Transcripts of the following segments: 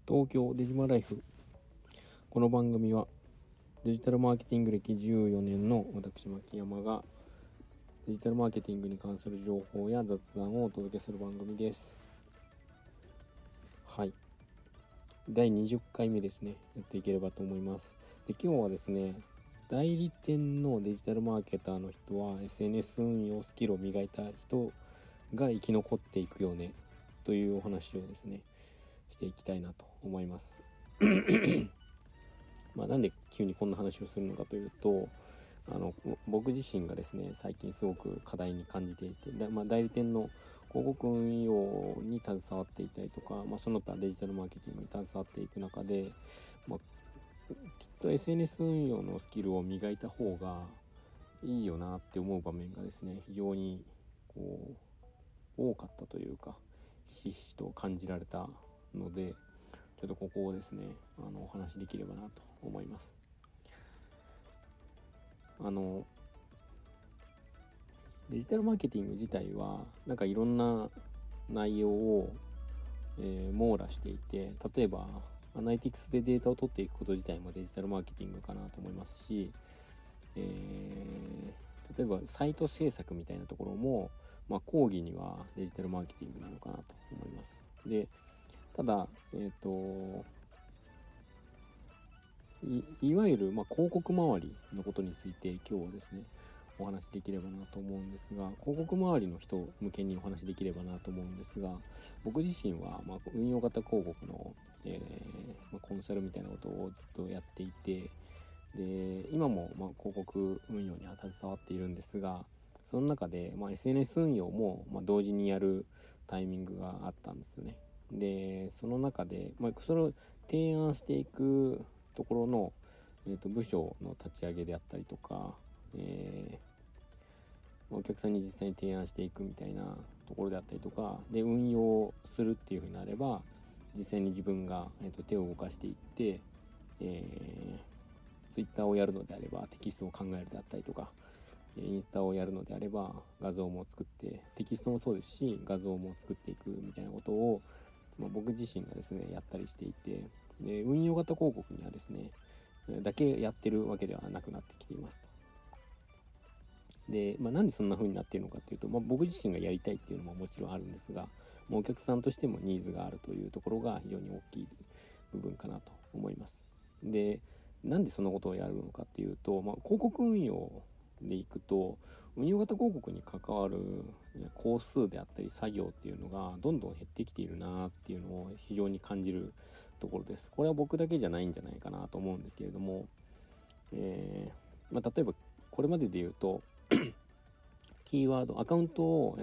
東京デジマライフ。この番組はデジタルマーケティング歴14年の私牧山がデジタルマーケティングに関する情報や雑談をお届けする番組です。はい、第20回目ですね。やっていければと思います。で、今日はですね、代理店のデジタルマーケターの人は SNS 運用スキルを磨いた人が生き残っていくよねというお話をですねしていきたいなと思いますなんで急にこんな話をするのかというと、僕自身がですね最近すごく課題に感じていて、代理店の広告運用に携わっていたりとか、その他デジタルマーケティングに携わっていく中で、きっと SNS 運用のスキルを磨いた方がいいよなって思う場面がですね非常に多かったというか、ひしひしと感じられたので、ちょっとここをですねお話しできればなと思います。デジタルマーケティング自体はいろんな内容を、網羅していて、例えばアナリティクスでデータを取っていくこと自体もデジタルマーケティングかなと思いますし、例えばサイト制作みたいなところも、講義にはデジタルマーケティングなのかなと思います。で、ただ、いわゆる、広告周りのことについて今日はですねお話しできればなと思うんですが、広告周りの人向けにお話しできればなと思うんですが、僕自身は、運用型広告の、コンサルみたいなことをずっとやっていて、で今も、広告運用には携わっているんですが、その中で、SNS 運用も、同時にやるタイミングがあったんですよね。でその中で、それを提案していくところの、部署の立ち上げであったりとか、お客さんに実際に提案していくみたいなところであったりとかで、運用するっていう風になれば実際に自分が、手を動かしていって、ツイッターをやるのであればテキストを考えるであったりとか、インスタをやるのであれば画像も作って、テキストもそうですし画像も作っていくみたいなことを、僕自身がですねやったりしていて、で運用型広告にはですねだけやってるわけではなくなってきていますと。で、なんでそんな風になっているのかっていうと、僕自身がやりたいっていうのももちろんあるんですが、お客さんとしてもニーズがあるというところが非常に大きい部分かなと思います。で、なんでそのことをやるのかっていうと、広告運用でいくと運用型広告に関わる工数であったり作業っていうのがどんどん減ってきているなっていうのを非常に感じるところです。これは僕だけじゃないんじゃないかなと思うんですけれども、例えばこれまでで言うとキーワードアカウントを、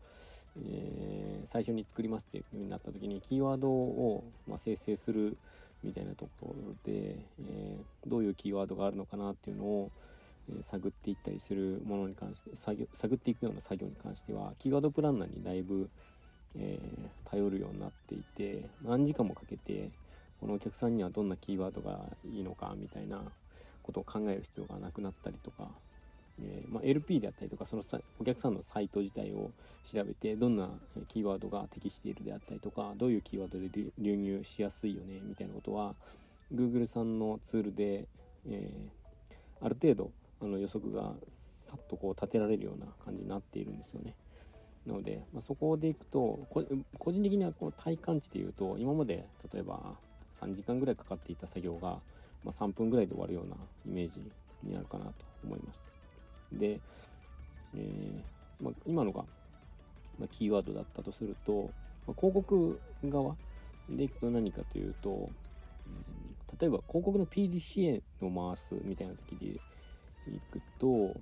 最初に作りますっていう風になった時にキーワードを、生成するみたいなところで、どういうキーワードがあるのかなっていうのを、探っていったりするものに関して探っていくような作業に関してはキーワードプランナーにだいぶ、頼るようになっていて、何時間もかけてこのお客さんにはどんなキーワードがいいのかみたいなことを考える必要がなくなったりとか、LP であったりとか、そのお客さんのサイト自体を調べてどんなキーワードが適しているであったりとか、どういうキーワードで流入しやすいよねみたいなことは Google さんのツールで、ある程度予測がさっと立てられるような感じになっているんですよね。なので、そこでいくと個人的には体感値でいうと、今まで例えば3時間ぐらいかかっていた作業が、3分ぐらいで終わるようなイメージになるかなと思います。で、今のが、キーワードだったとすると、広告側でいくと何かというと、例えば広告の PDCA を回すみたいな時でいくと、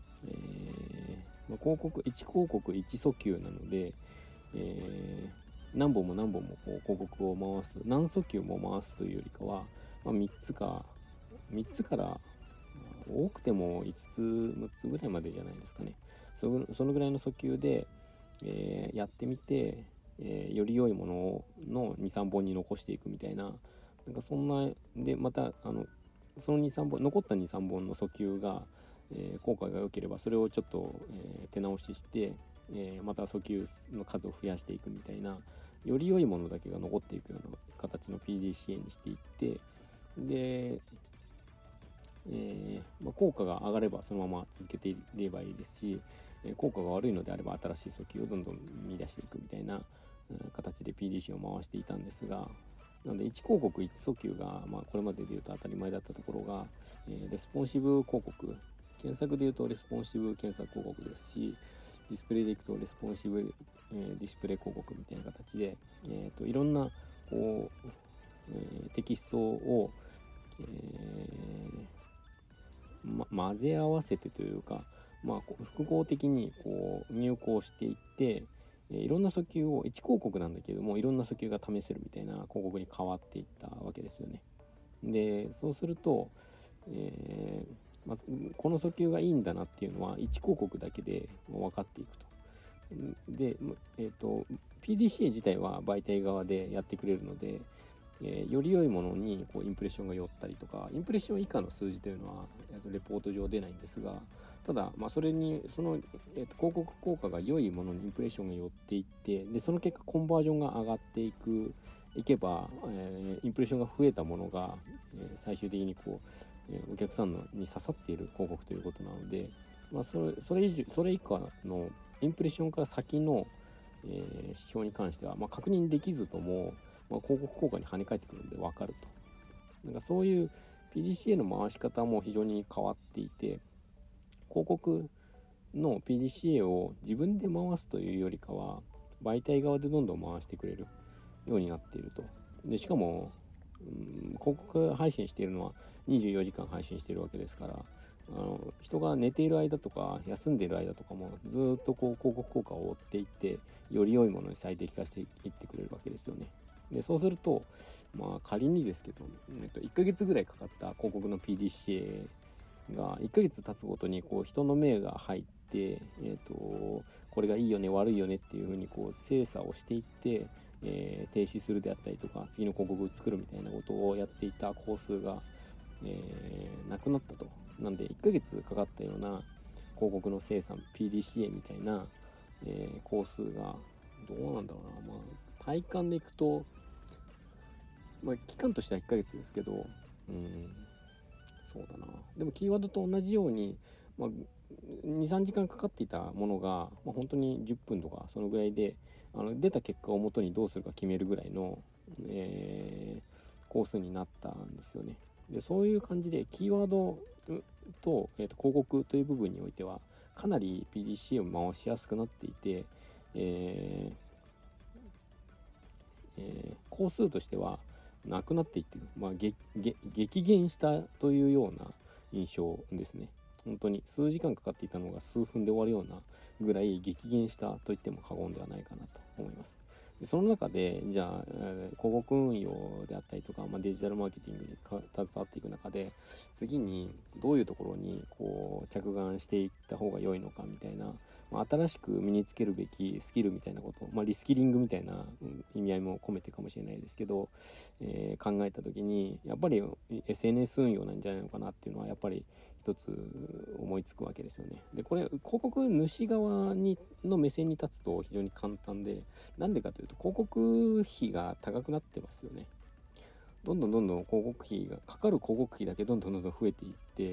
広告1広告1訴求なので、何本も何本も広告を回す、何訴求も回すというよりかは、3つから多くても5つ6つぐらいまでじゃないですかね。そのぐらいの訴求で、やってみて、より良いものの 2,3 本に残していくみたいな、そんなで、またその 2,3 本残った 2,3 本の訴求が、効果が良ければそれをちょっと、手直しして、また訴求の数を増やしていくみたいなより良いものだけが残っていくような形の PDCA にしていって、で、効果が上がればそのまま続けていればいいですし、効果が悪いのであれば新しい訴求をどんどん見出していくみたいな形で PDCA を回していたんですが、なので1広告1訴求が、これまでで言うと当たり前だったところが、レスポンシブ広告、検索で言うとレスポンシブ検索広告ですし、ディスプレイでいくとレスポンシブ、ディスプレイ広告みたいな形で、いろんなこう、テキストを、混ぜ合わせてというか、複合的にこう入稿していって、いろんな訴求を1広告なんだけどもいろんな訴求が試せるみたいな広告に変わっていったわけですよね。でそうすると、この訴求がいいんだなっていうのは1広告だけで分かっていくと。で、PDCA 自体は媒体側でやってくれるので、より良いものにこうインプレッションが寄ったりとか、インプレッション以下の数字というのはレポート上出ないんですが、ただ、それにその、広告効果が良いものにインプレッションが寄っていって、でその結果コンバージョンが上がっていけば、インプレッションが増えたものが、最終的にこう、お客さんに刺さっている広告ということなので、それ以下のインプレッションから先の、指標に関しては、確認できずとも、広告効果に跳ね返ってくるんで分かると。なんかそういう PDCA の回し方も非常に変わっていて、広告の PDCA を自分で回すというよりかは媒体側でどんどん回してくれるようになっていると。でしかも、広告配信しているのは24時間配信しているわけですから、人が寝ている間とか休んでいる間とかもずっとこう広告効果を追っていってより良いものに最適化していってくれるわけですよね。でそうすると、仮にですけど、1ヶ月ぐらいかかった広告の PDCA が1ヶ月経つごとにこう人の目が入って、これがいいよね悪いよねっていう風にこう精査をしていって、停止するであったりとか次の広告を作るみたいなことをやっていた工数が、なくなったと。なんで1ヶ月かかったような広告の生産 PDCA みたいな、工数がどうなんだろうな、体感でいくと、期間としては1ヶ月ですけど、そうだな。でもキーワードと同じように、2、3時間かかっていたものが、本当に10分とかそのぐらいで出た結果をもとにどうするか決めるぐらいの、コースになったんですよね。でそういう感じでキーワードと、広告という部分においてはかなり PDCA を回しやすくなっていて、工数としてはなくなっていってる、激減したというような印象ですね。本当に数時間かかっていたのが数分で終わるようなぐらい激減したと言っても過言ではないかなと思います。でその中でじゃあ、広告運用であったりとか、デジタルマーケティングに携わっていく中で次にどういうところにこう着眼していった方が良いのかみたいな、新しく身につけるべきスキルみたいなこと、リスキリングみたいな意味合いも込めてかもしれないですけど、考えた時にやっぱり SNS 運用なんじゃないのかなっていうのはやっぱり一つ思いつくわけですよね。でこれ広告主側の目線に立つと非常に簡単で、なんでかというと広告費が高くなってますよね。どんどん広告費がかかる広告費だけどんどん増えていって、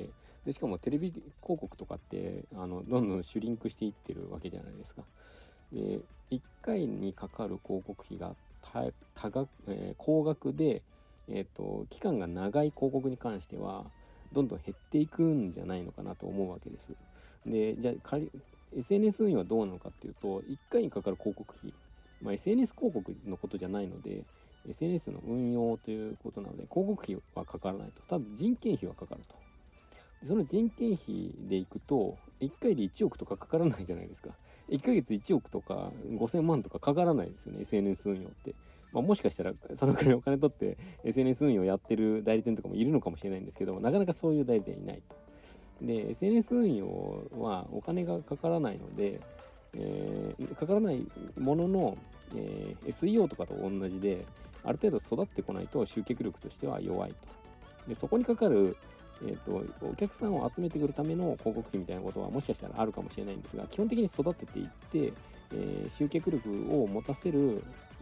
でしかもテレビ広告とかってどんどんシュリンクしていってるわけじゃないですか。で1回にかかる広告費が高額で、期間が長い広告に関してはどんどん減っていくんじゃないのかなと思うわけです。でじゃあSNS 運用はどうなのかっていうと、1回にかかる広告費、SNS 広告のことじゃないので SNS の運用ということなので広告費はかからないと。ただ人件費はかかると。その人件費でいくと1回で1億とかかからないじゃないですか。1ヶ月1億とか5000万とかかからないですよね、 SNS 運用って。もしかしたらそのくらいお金取って SNS 運用やってる代理店とかもいるのかもしれないんですけど、なかなかそういう代理店いないと。で SNS 運用はお金がかからないので、かからないものの、SEO とかと同じである程度育ってこないと集客力としては弱いと。でそこにかかるお客さんを集めてくるための広告費みたいなことはもしかしたらあるかもしれないんですが、基本的に育てていって、集客力を持たせる、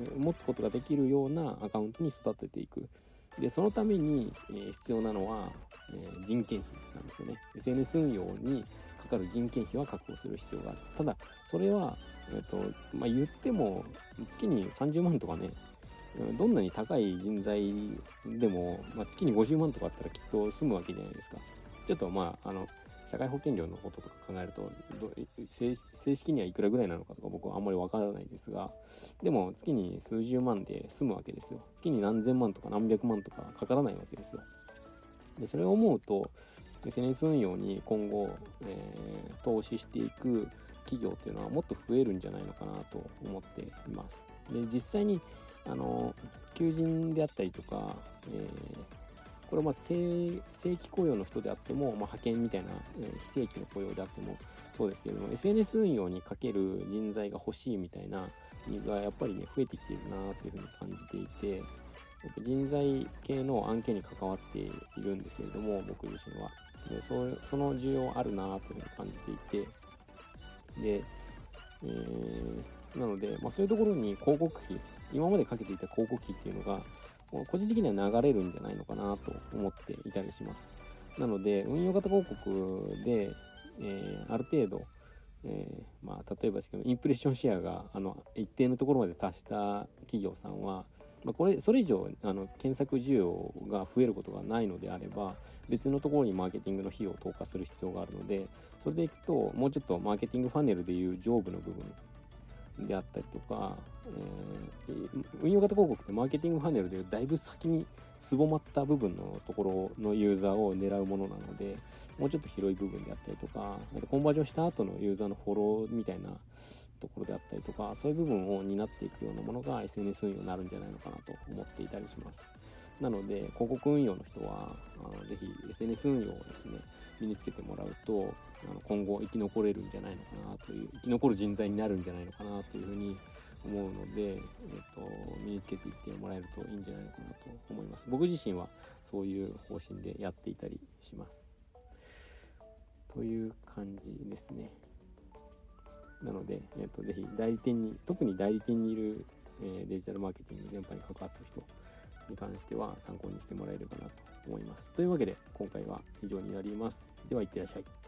持つことができるようなアカウントに育てていく。でそのために、必要なのは、人件費なんですよね。 SNS 運用にかかる人件費は確保する必要がある。ただそれは、言っても月に30万とかね、どんなに高い人材でも、月に50万とかあったらきっと済むわけじゃないですか。ちょっと社会保険料のこととか考えると正式にはいくらぐらいなのかとか僕はあんまりわからないですが、でも月に数十万で済むわけですよ。月に何千万とか何百万とかかからないわけですよ。でそれを思うと SNS 運用に今後、投資していく企業っていうのはもっと増えるんじゃないのかなと思っています。で実際に求人であったりとか、これは正規雇用の人であっても、派遣みたいな、非正規の雇用であってもそうですけれども、 SNS 運用にかける人材が欲しいみたいなニーズはやっぱりね増えてきているなというふうに感じていて、やっぱ人材系の案件に関わっているんですけれども、僕自身はでその需要あるなというふうに感じていて、で、なので、そういうところに広告費、今までかけていた広告費っていうのが個人的には流れるんじゃないのかなと思っていたりします。なので運用型広告で、ある程度、例えばですけどインプレッションシェアが一定のところまで達した企業さんは、それ以上検索需要が増えることがないのであれば、別のところにマーケティングの費用を投下する必要があるので、それでいくともうちょっとマーケティングファネルでいう上部の部分であったりとか、運用型広告ってマーケティングファネルでだいぶ先にすぼまった部分のところのユーザーを狙うものなので、もうちょっと広い部分であったりとか、コンバージョンした後のユーザーのフォローみたいなところであったりとか、そういう部分を担っていくようなものが SNS 運用になるんじゃないのかなと思っていたりします。なので広告運用の人はぜひ SNS 運用をですね身につけてもらうと今後生き残れるんじゃないのかなという、生き残る人材になるんじゃないのかなというふうに思うので、身につけていってもらえるといいんじゃないのかなと思います。僕自身はそういう方針でやっていたりします。という感じですね。なので、ぜひ特に代理店にいる、デジタルマーケティング全般に関わった人に関しては参考にしてもらえればなと思います。というわけで今回は以上になります。では、いってらっしゃい。